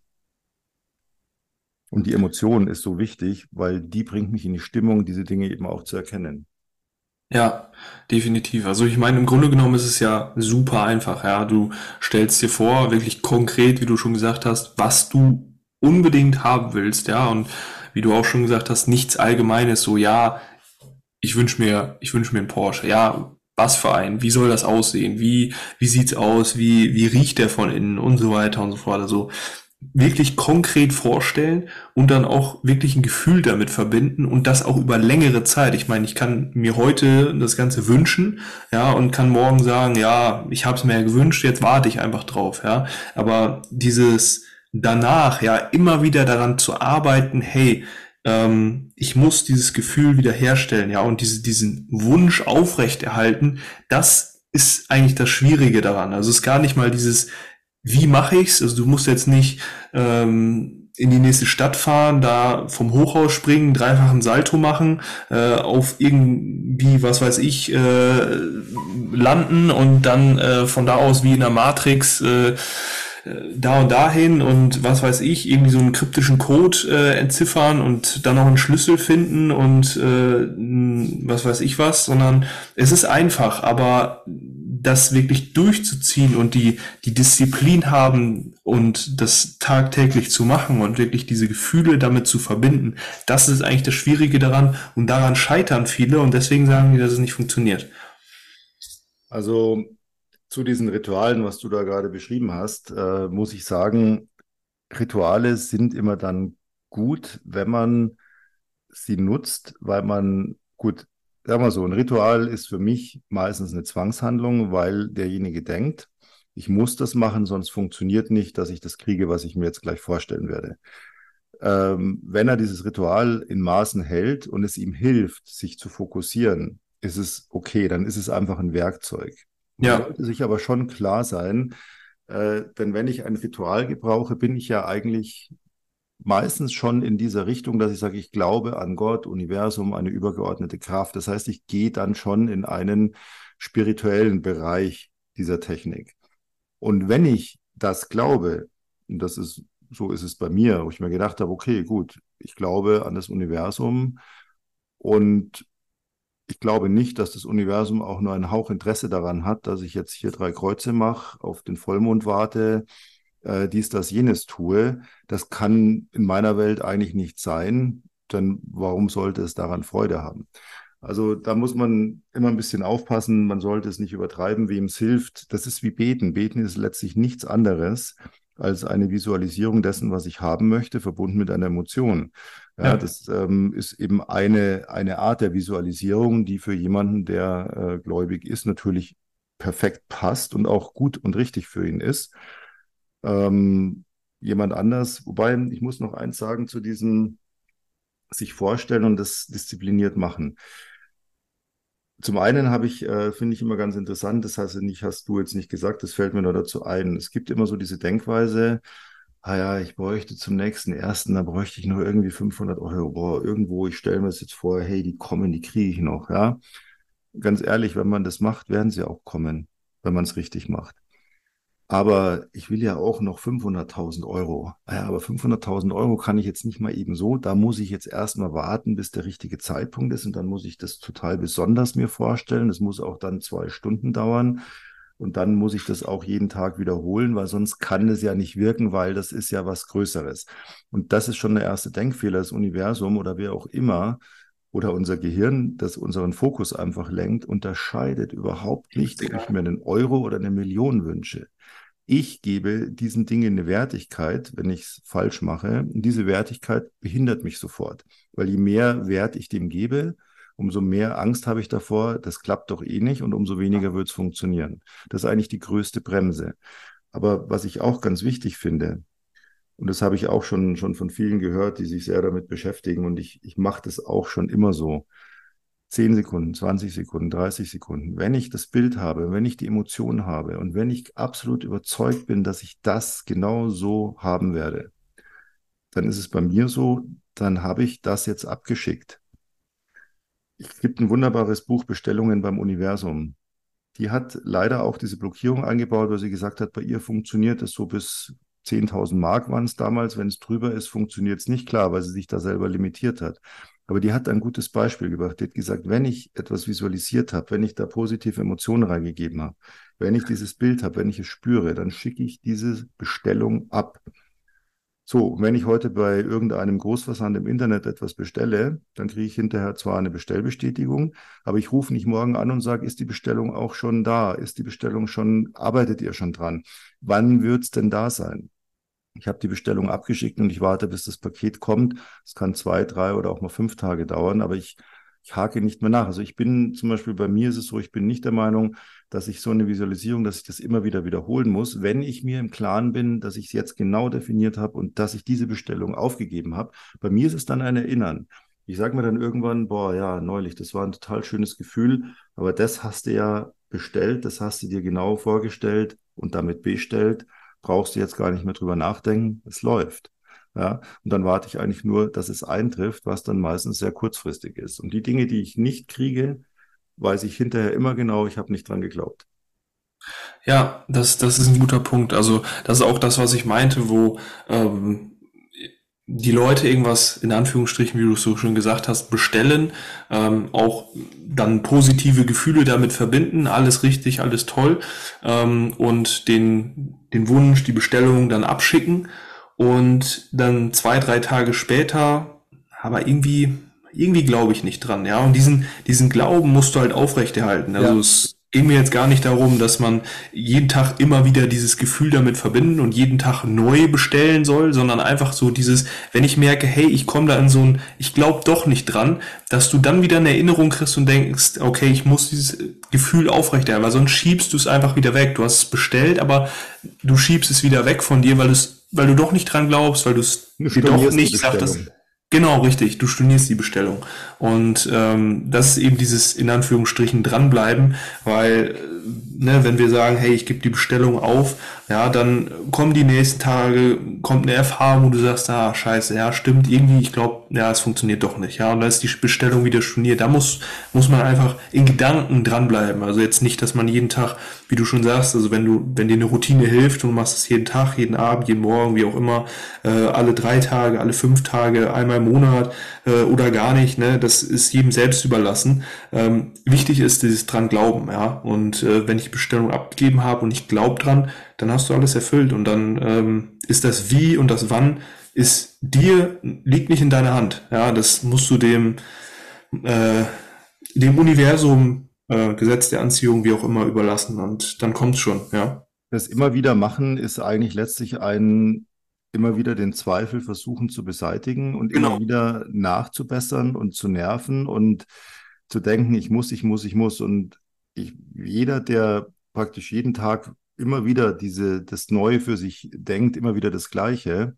Und die Emotion ist so wichtig, weil die bringt mich in die Stimmung, diese Dinge eben auch zu erkennen. Ja, definitiv. Also ich meine, im Grunde genommen ist es ja super einfach, ja. Du stellst dir vor, wirklich konkret, wie du schon gesagt hast, was du unbedingt haben willst, ja. Und wie du auch schon gesagt hast, nichts Allgemeines, so, ja, ich wünsch mir einen Porsche, ja. Was für einen? Wie soll das aussehen? Wie sieht's aus? Wie riecht der von innen und so weiter und so fort. Also wirklich konkret vorstellen und dann auch wirklich ein Gefühl damit verbinden und das auch über längere Zeit. Ich meine, ich kann mir heute das Ganze wünschen, ja, und kann morgen sagen, ja, ich habe es mir ja gewünscht, jetzt warte ich einfach drauf, ja. Aber dieses danach, ja, immer wieder daran zu arbeiten, hey, ich muss dieses Gefühl wieder herstellen, ja, und diesen Wunsch aufrechterhalten, das ist eigentlich das Schwierige daran. Also es ist gar nicht mal dieses, wie mache ich's? Also du musst jetzt nicht in die nächste Stadt fahren, da vom Hochhaus springen, dreifachen Salto machen, auf irgendwie, was weiß ich, landen und dann von da aus wie in der Matrix da und dahin und was weiß ich, irgendwie so einen kryptischen Code entziffern und dann noch einen Schlüssel finden und was weiß ich was, sondern es ist einfach, aber das wirklich durchzuziehen und die Disziplin haben und das tagtäglich zu machen und wirklich diese Gefühle damit zu verbinden, das ist eigentlich das Schwierige daran und daran scheitern viele und deswegen sagen die, dass es nicht funktioniert. Also zu diesen Ritualen, was du da gerade beschrieben hast, muss ich sagen, Rituale sind immer dann gut, wenn man sie nutzt, weil man, gut, sagen wir so, ein Ritual ist für mich meistens eine Zwangshandlung, weil derjenige denkt, ich muss das machen, sonst funktioniert nicht, dass ich das kriege, was ich mir jetzt gleich vorstellen werde. Wenn er dieses Ritual in Maßen hält und es ihm hilft, sich zu fokussieren, ist es okay, dann ist es einfach ein Werkzeug. Man Ja, sollte sich aber schon klar sein, denn wenn ich ein Ritual gebrauche, bin ich ja eigentlich meistens schon in dieser Richtung, dass ich sage, ich glaube an Gott, Universum, eine übergeordnete Kraft. Das heißt, ich gehe dann schon in einen spirituellen Bereich dieser Technik. Und wenn ich das glaube, und das ist, so ist es bei mir, wo ich mir gedacht habe, okay, gut, ich glaube an das Universum und ich glaube nicht, dass das Universum auch nur einen Hauch Interesse daran hat, dass ich jetzt hier 3 Kreuze mache, auf den Vollmond warte, dies, das, jenes tue. Das kann in meiner Welt eigentlich nicht sein, denn warum sollte es daran Freude haben? Also da muss man immer ein bisschen aufpassen, man sollte es nicht übertreiben, wem es hilft. Das ist wie Beten. Beten ist letztlich nichts anderes als eine Visualisierung dessen, was ich haben möchte, verbunden mit einer Emotion. Ja, ja. das ist eben eine Art der Visualisierung, die für jemanden, der gläubig ist, natürlich perfekt passt und auch gut und richtig für ihn ist. Ähm, Jemand anders, wobei ich muss noch eins sagen zu diesem sich vorstellen und das diszipliniert machen. Zum einen habe ich, finde ich immer ganz interessant, das heißt nicht, hast du jetzt nicht gesagt, das fällt mir nur dazu ein. Es gibt immer so diese Denkweise, ah ja, ich bräuchte zum nächsten ersten, da bräuchte ich nur irgendwie 500 €. Boah, irgendwo, ich stelle mir das jetzt vor, hey, die kommen, die kriege ich noch, ja. Ganz ehrlich, wenn man das macht, werden sie auch kommen, wenn man es richtig macht. Aber ich will ja auch noch 500.000 Euro. Ja, aber 500.000 Euro kann ich jetzt nicht mal eben so. Da muss ich jetzt erstmal warten, bis der richtige Zeitpunkt ist. Und dann muss ich das total besonders mir vorstellen. Das muss auch dann 2 Stunden dauern. Und dann muss ich das auch jeden Tag wiederholen, weil sonst kann es ja nicht wirken, weil das ist ja was Größeres. Und das ist schon der erste Denkfehler. Das Universum oder wer auch immer oder unser Gehirn, das unseren Fokus einfach lenkt, unterscheidet überhaupt nicht, ob ich mir einen Euro oder eine Million wünsche. Ich gebe diesen Dingen eine Wertigkeit, wenn ich es falsch mache. Und diese Wertigkeit behindert mich sofort, weil je mehr Wert ich dem gebe, umso mehr Angst habe ich davor, das klappt doch eh nicht und umso weniger wird es funktionieren. Das ist eigentlich die größte Bremse. Aber was ich auch ganz wichtig finde, und das habe ich auch schon von vielen gehört, die sich sehr damit beschäftigen, und ich mache das auch schon immer so, 10 Sekunden, 20 Sekunden, 30 Sekunden. Wenn ich das Bild habe, wenn ich die Emotion habe und wenn ich absolut überzeugt bin, dass ich das genau so haben werde, dann ist es bei mir so, dann habe ich das jetzt abgeschickt. Es gibt ein wunderbares Buch, Bestellungen beim Universum. Die hat leider auch diese Blockierung eingebaut, weil sie gesagt hat, bei ihr funktioniert es so bis 10.000 Mark waren es damals. Wenn es drüber ist, funktioniert es nicht, klar, weil sie sich da selber limitiert hat. Aber die hat ein gutes Beispiel gebracht. Die hat gesagt, wenn ich etwas visualisiert habe, wenn ich da positive Emotionen reingegeben habe, wenn ich dieses Bild habe, wenn ich es spüre, dann schicke ich diese Bestellung ab. So, wenn ich heute bei irgendeinem Großversand im Internet etwas bestelle, dann kriege ich hinterher zwar eine Bestellbestätigung, aber ich rufe nicht morgen an und sage, ist die Bestellung auch schon da? Ist die Bestellung schon, arbeitet ihr schon dran? Wann wird es denn da sein? Ich habe die Bestellung abgeschickt und ich warte, bis das Paket kommt. Es kann 2, 3 oder auch mal 5 Tage dauern, aber ich hake nicht mehr nach. Also ich bin zum Beispiel, bei mir ist es so, ich bin nicht der Meinung, dass ich so eine Visualisierung, dass ich das immer wieder wiederholen muss, wenn ich mir im Klaren bin, dass ich es jetzt genau definiert habe und dass ich diese Bestellung aufgegeben habe. Bei mir ist es dann ein Erinnern. Ich sage mir dann irgendwann, boah, ja, neulich, das war ein total schönes Gefühl, aber das hast du ja bestellt, das hast du dir genau vorgestellt und damit bestellt, brauchst du jetzt gar nicht mehr drüber nachdenken, es läuft. Ja, und dann warte ich eigentlich nur, dass es eintrifft, was dann meistens sehr kurzfristig ist. Und die Dinge, die ich nicht kriege, weiß ich hinterher immer genau, ich habe nicht dran geglaubt. Ja, das ist ein guter Punkt. Also das ist auch das, was ich meinte, wo die Leute irgendwas in Anführungsstrichen, wie du es so schön gesagt hast, bestellen, auch dann positive Gefühle damit verbinden, alles richtig, alles toll, und den Wunsch, die Bestellung dann abschicken und dann 2, 3 Tage später, aber irgendwie glaube ich nicht dran, ja. Und diesen Glauben musst du halt aufrechterhalten. Also Ja, es geht mir jetzt gar nicht darum, dass man jeden Tag immer wieder dieses Gefühl damit verbinden und jeden Tag neu bestellen soll, sondern einfach so dieses, wenn ich merke, hey, ich komme da in so ein, ich glaube doch nicht dran, dass du dann wieder eine Erinnerung kriegst und denkst, okay, ich muss dieses Gefühl aufrechterhalten, weil sonst schiebst du es einfach wieder weg. Du hast es bestellt, aber du schiebst es wieder weg von dir, weil du doch nicht dran glaubst, weil du es du dir doch stornierst die nicht sagtest. Bestellung. Genau, richtig. Du stornierst die Bestellung. Und das ist eben dieses in Anführungsstrichen dranbleiben, weil, ne, wenn wir sagen, hey, ich gebe die Bestellung auf, ja, dann kommen die nächsten Tage, kommt eine Erfahrung, wo du sagst, ah, scheiße, ja, stimmt, irgendwie, ich glaube, ja, es funktioniert doch nicht. Ja, und dann ist die Bestellung wieder storniert. Da muss man einfach in Gedanken dranbleiben. Also jetzt nicht, dass man jeden Tag, wie du schon sagst, also wenn dir eine Routine hilft und du machst es jeden Tag, jeden Abend, jeden Morgen, wie auch immer, alle 3 Tage, alle 5 Tage, einmal im Monat oder gar nicht, ne, das ist jedem selbst überlassen. Wichtig ist dieses dran glauben, ja. Und wenn ich die Bestellung abgegeben habe und ich glaube dran, dann hast du alles erfüllt und dann ist das Wie und das Wann liegt nicht in deiner Hand. Ja, das musst du äh, dem Universum, Gesetz der Anziehung, wie auch immer, überlassen und dann kommt's schon, ja. Das immer wieder machen ist eigentlich letztlich ein, immer wieder den Zweifel versuchen zu beseitigen und immer Genau. wieder nachzubessern und zu nerven und zu denken, ich muss, ich muss, ich muss. Und jeder, der praktisch jeden Tag immer wieder das Neue für sich denkt, immer wieder das Gleiche,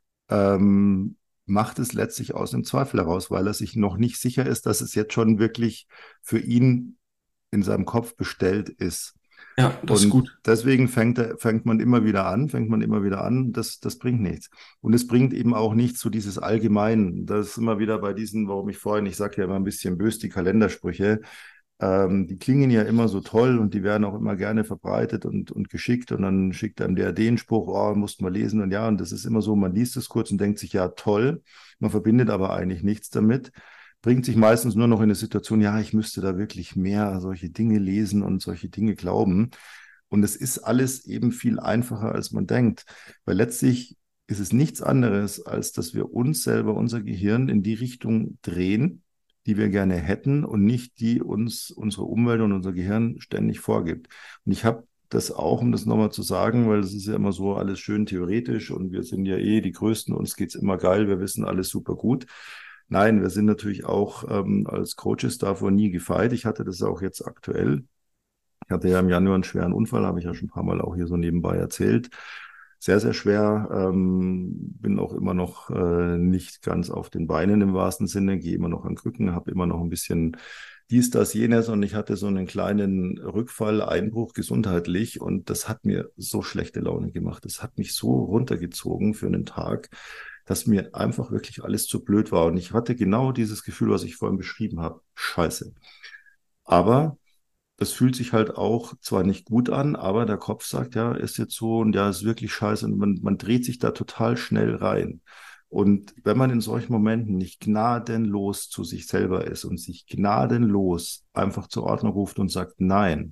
macht es letztlich aus dem Zweifel heraus, weil er sich noch nicht sicher ist, dass es jetzt schon wirklich für ihn in seinem Kopf bestellt ist. Ja, das ist Und gut. deswegen fängt man immer wieder an, das bringt nichts. Und es bringt eben auch nichts so dieses Allgemein. Das ist immer wieder bei diesen, warum ich vorhin, ich sage ja immer ein bisschen bös, die Kalendersprüche. Die klingen ja immer so toll und die werden auch immer gerne verbreitet und geschickt und dann schickt einem der den Spruch, oh, musst mal lesen und ja, und das ist immer so, man liest es kurz und denkt sich, ja, toll, man verbindet aber eigentlich nichts damit, bringt sich meistens nur noch in eine Situation, ja, ich müsste da wirklich mehr solche Dinge lesen und solche Dinge glauben. Und es ist alles eben viel einfacher, als man denkt, weil letztlich ist es nichts anderes, als dass wir uns selber, unser Gehirn in die Richtung drehen, die wir gerne hätten und nicht die uns unsere Umwelt und unser Gehirn ständig vorgibt. Und ich habe das auch, um das nochmal zu sagen, weil das ist ja immer so alles schön theoretisch und wir sind ja eh die Größten, uns geht's immer geil, wir wissen alles super gut. Nein, wir sind natürlich auch als Coaches davor nie gefeit. Ich hatte das auch jetzt aktuell. Ich hatte ja im Januar einen schweren Unfall, habe ich ja schon ein paar Mal auch hier so nebenbei erzählt. Sehr, sehr schwer. Bin auch immer noch nicht ganz auf den Beinen im wahrsten Sinne, gehe immer noch an Krücken, habe immer noch ein bisschen dies, das, jenes und ich hatte so einen kleinen Rückfall, Einbruch gesundheitlich und das hat mir so schlechte Laune gemacht. Das hat mich so runtergezogen für einen Tag, dass mir einfach wirklich alles zu blöd war. Und ich hatte genau dieses Gefühl, was ich vorhin beschrieben habe. Scheiße. Aber das fühlt sich halt auch zwar nicht gut an, aber der Kopf sagt, ja, ist jetzt so und ja, ist wirklich scheiße und man dreht sich da total schnell rein. Und wenn man in solchen Momenten nicht gnadenlos zu sich selber ist und sich gnadenlos einfach zur Ordnung ruft und sagt, nein,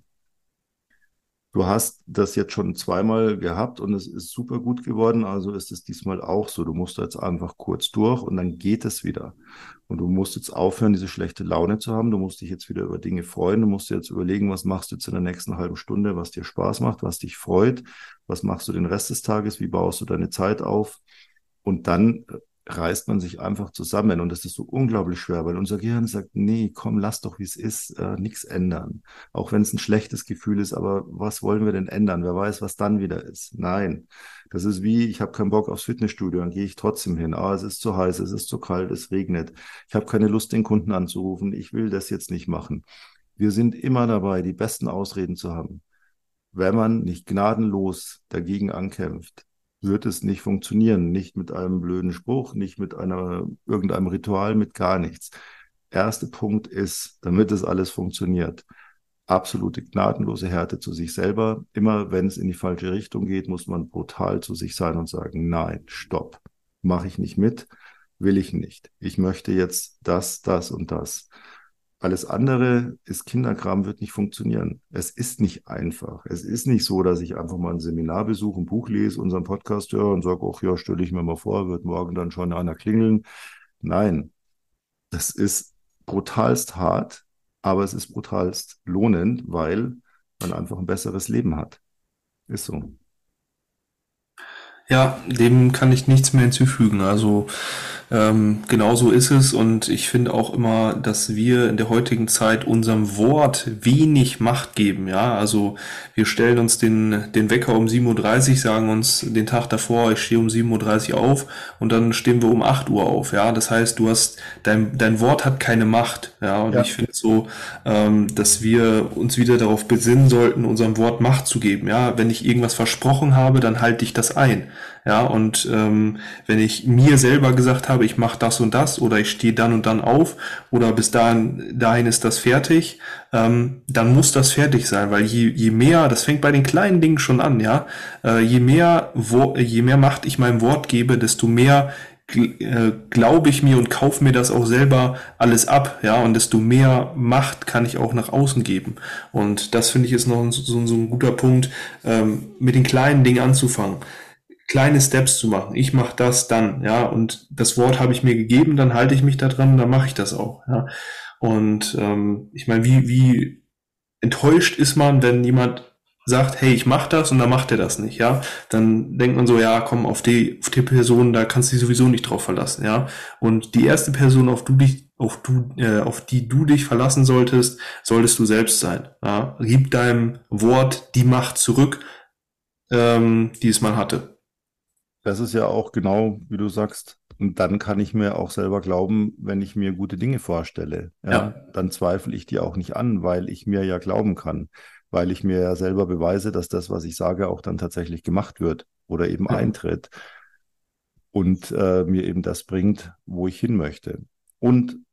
du hast das jetzt schon zweimal gehabt und es ist super gut geworden, also ist es diesmal auch so. Du musst jetzt einfach kurz durch und dann geht es wieder. Und du musst jetzt aufhören, diese schlechte Laune zu haben. Du musst dich jetzt wieder über Dinge freuen. Du musst dir jetzt überlegen, was machst du jetzt in der nächsten halben Stunde, was dir Spaß macht, was dich freut. Was machst du den Rest des Tages? Wie baust du deine Zeit auf? Und dann reißt man sich einfach zusammen. Und das ist so unglaublich schwer, weil unser Gehirn sagt, nee, komm, lass doch, wie es ist, nichts ändern. Auch wenn es ein schlechtes Gefühl ist, aber was wollen wir denn ändern? Wer weiß, was dann wieder ist. Nein, das ist wie, ich habe keinen Bock aufs Fitnessstudio, dann gehe ich trotzdem hin. Ah, es ist zu heiß, es ist zu kalt, es regnet. Ich habe keine Lust, den Kunden anzurufen. Ich will das jetzt nicht machen. Wir sind immer dabei, die besten Ausreden zu haben. Wenn man nicht gnadenlos dagegen ankämpft, wird es nicht funktionieren. Nicht mit einem blöden Spruch, nicht mit irgendeinem Ritual, mit gar nichts. Erster Punkt ist, damit das alles funktioniert, absolute gnadenlose Härte zu sich selber. Immer wenn es in die falsche Richtung geht, muss man brutal zu sich sein und sagen, nein, stopp, mache ich nicht mit, will ich nicht. Ich möchte jetzt das, das und das. Alles andere ist Kinderkram, wird nicht funktionieren. Es ist nicht einfach. Es ist nicht so, dass ich einfach mal ein Seminar besuche, ein Buch lese, unseren Podcast höre und sage, ach ja, stelle ich mir mal vor, wird morgen dann schon einer klingeln. Nein, das ist brutalst hart, aber es ist brutalst lohnend, weil man einfach ein besseres Leben hat. Ist so. Ja, dem kann ich nichts mehr hinzufügen. Also genau so ist es und ich finde auch immer, dass wir in der heutigen Zeit unserem Wort wenig Macht geben. Ja, also wir stellen uns den Wecker um 7:30 Uhr, sagen uns den Tag davor, ich stehe um 7:30 Uhr auf und dann stehen wir um 8 Uhr auf. Ja, das heißt, dein Wort hat keine Macht. Ja, und ich Ja. finde so, dass wir uns wieder darauf besinnen sollten, unserem Wort Macht zu geben. Ja, wenn ich irgendwas versprochen habe, dann halte ich das ein. Ja, und wenn ich mir selber gesagt habe, ich mache das und das oder ich stehe dann und dann auf oder bis dahin ist das fertig, dann muss das fertig sein, weil je mehr, das fängt bei den kleinen Dingen schon an, ja, je mehr Macht ich meinem Wort gebe, desto mehr glaube ich mir und kaufe mir das auch selber alles ab, ja, und desto mehr Macht kann ich auch nach außen geben. Und das finde ich ist noch so ein guter Punkt, mit den kleinen Dingen anzufangen, kleine Steps zu machen. Ich mache das dann, ja, und das Wort habe ich mir gegeben, dann halte ich mich da dran, dann mache ich das auch, ja. Und ich meine, wie enttäuscht ist man, wenn jemand sagt, hey, ich mache das und dann macht er das nicht, ja, dann denkt man so, ja, komm, auf die Person, da kannst du dich sowieso nicht drauf verlassen, ja. Und die erste Person, auf die du dich verlassen solltest du selbst sein, ja. Gib deinem Wort die Macht zurück, die es mal hatte. Das ist ja auch genau, wie du sagst. Und dann kann ich mir auch selber glauben, wenn ich mir gute Dinge vorstelle. Ja, Ja. dann zweifle ich die auch nicht an, weil ich mir ja glauben kann, weil ich mir ja selber beweise, dass das, was ich sage, auch dann tatsächlich gemacht wird oder eben Ja. eintritt und mir eben das bringt, wo ich hin möchte. Und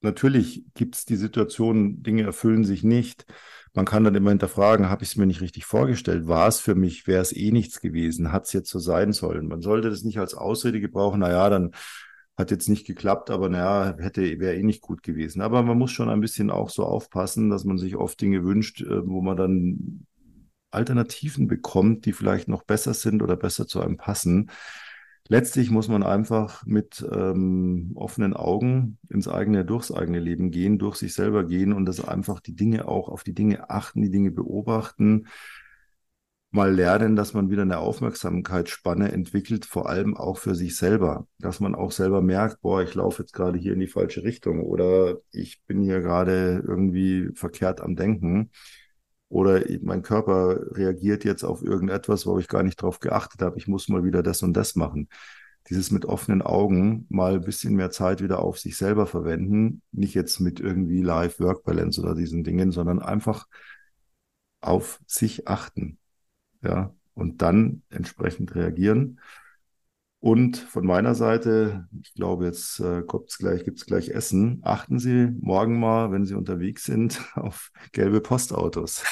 natürlich gibt es die Situation, Dinge erfüllen sich nicht. Man kann dann immer hinterfragen, habe ich es mir nicht richtig vorgestellt? War es für mich? Wäre es eh nichts gewesen? Hat es jetzt so sein sollen? Man sollte das nicht als Ausrede gebrauchen, naja, dann hat jetzt nicht geklappt, aber naja, wäre eh nicht gut gewesen. Aber man muss schon ein bisschen auch so aufpassen, dass man sich oft Dinge wünscht, wo man dann Alternativen bekommt, die vielleicht noch besser sind oder besser zu einem passen. Letztlich muss man einfach mit offenen Augen durchs eigene Leben gehen, durch sich selber gehen und das einfach die Dinge auch auf die Dinge achten, die Dinge beobachten, mal lernen, dass man wieder eine Aufmerksamkeitsspanne entwickelt, vor allem auch für sich selber, dass man auch selber merkt, boah, ich laufe jetzt gerade hier in die falsche Richtung oder ich bin hier gerade irgendwie verkehrt am Denken. Oder mein Körper reagiert jetzt auf irgendetwas, wo ich gar nicht drauf geachtet habe. Ich muss mal wieder das und das machen. Dieses mit offenen Augen mal ein bisschen mehr Zeit wieder auf sich selber verwenden. Nicht jetzt mit irgendwie Life-Work-Balance oder diesen Dingen, sondern einfach auf sich achten. Ja, und dann entsprechend reagieren. Und von meiner Seite, ich glaube, jetzt gibt es gleich Essen. Achten Sie morgen mal, wenn Sie unterwegs sind, auf gelbe Postautos.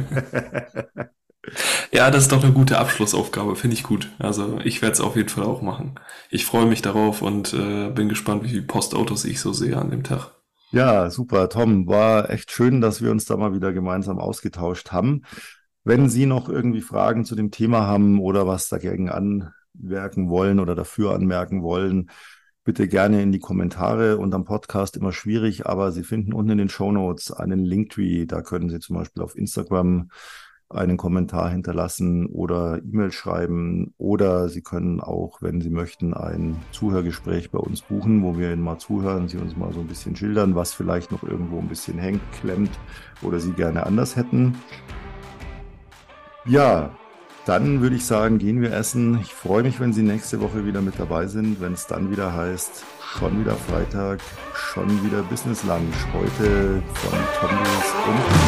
Ja, das ist doch eine gute Abschlussaufgabe, finde ich gut. Also ich werde es auf jeden Fall auch machen. Ich freue mich darauf und bin gespannt, wie viele Postautos ich so sehe an dem Tag. Ja, super, Tom. War echt schön, dass wir uns da mal wieder gemeinsam ausgetauscht haben. Wenn Sie noch irgendwie Fragen zu dem Thema haben oder was dagegen anmerken wollen oder dafür anmerken wollen, bitte gerne in die Kommentare. Unterm Podcast immer schwierig, aber Sie finden unten in den Shownotes einen Linktree. Da können Sie zum Beispiel auf Instagram einen Kommentar hinterlassen oder E-Mail schreiben oder Sie können auch, wenn Sie möchten, ein Zuhörgespräch bei uns buchen, wo wir Ihnen mal zuhören, Sie uns mal so ein bisschen schildern, was vielleicht noch irgendwo ein bisschen hängt, klemmt oder Sie gerne anders hätten. Ja, dann würde ich sagen, gehen wir essen. Ich freue mich, wenn Sie nächste Woche wieder mit dabei sind, wenn es dann wieder heißt, schon wieder Freitag, schon wieder Business Lunch. Heute von Tommys und